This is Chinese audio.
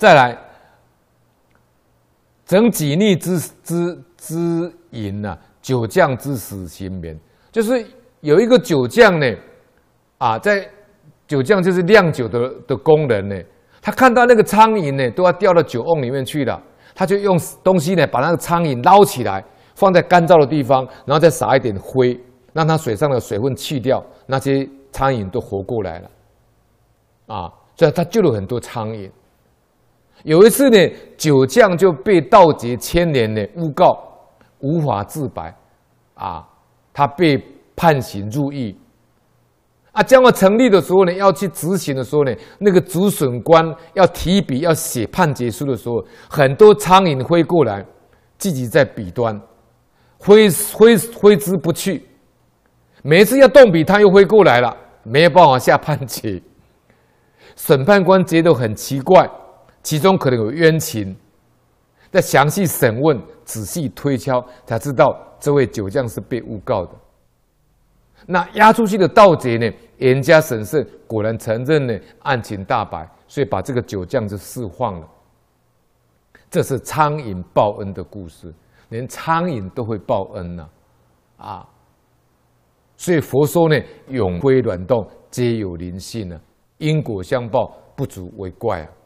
再来，整己逆之淫啊，酒匠之死刑免，就是有一个酒匠呢，在酒匠就是酿酒的工人呢，他看到那个苍蝇呢都要掉到酒瓮里面去了，他就用东西呢把那个苍蝇捞起来，放在干燥的地方，然后再撒一点灰，让它水上的水分去掉，那些苍蝇都活过来了，所以他救了很多苍蝇。有一次呢，酒匠就被盗劫牵连呢诬告，无法自白，他被判刑入狱。将要成立的时候呢，要去执行的时候呢，那个主审官要提笔要写判决书的时候，很多苍蝇飞过来，聚集在笔端，挥之不去。每一次要动笔，他又飞过来了，没有办法下判决。审判官觉得很奇怪，其中可能有冤情，在详细审问、仔细推敲，才知道这位酒匠是被诬告的。那押出去的盗贼呢，严加审慎，果然承认呢案情大白，所以把这个酒匠就释放了。这是苍蝇报恩的故事，连苍蝇都会报恩所以佛说呢，永非卵动，皆有灵性因果相报，不足为怪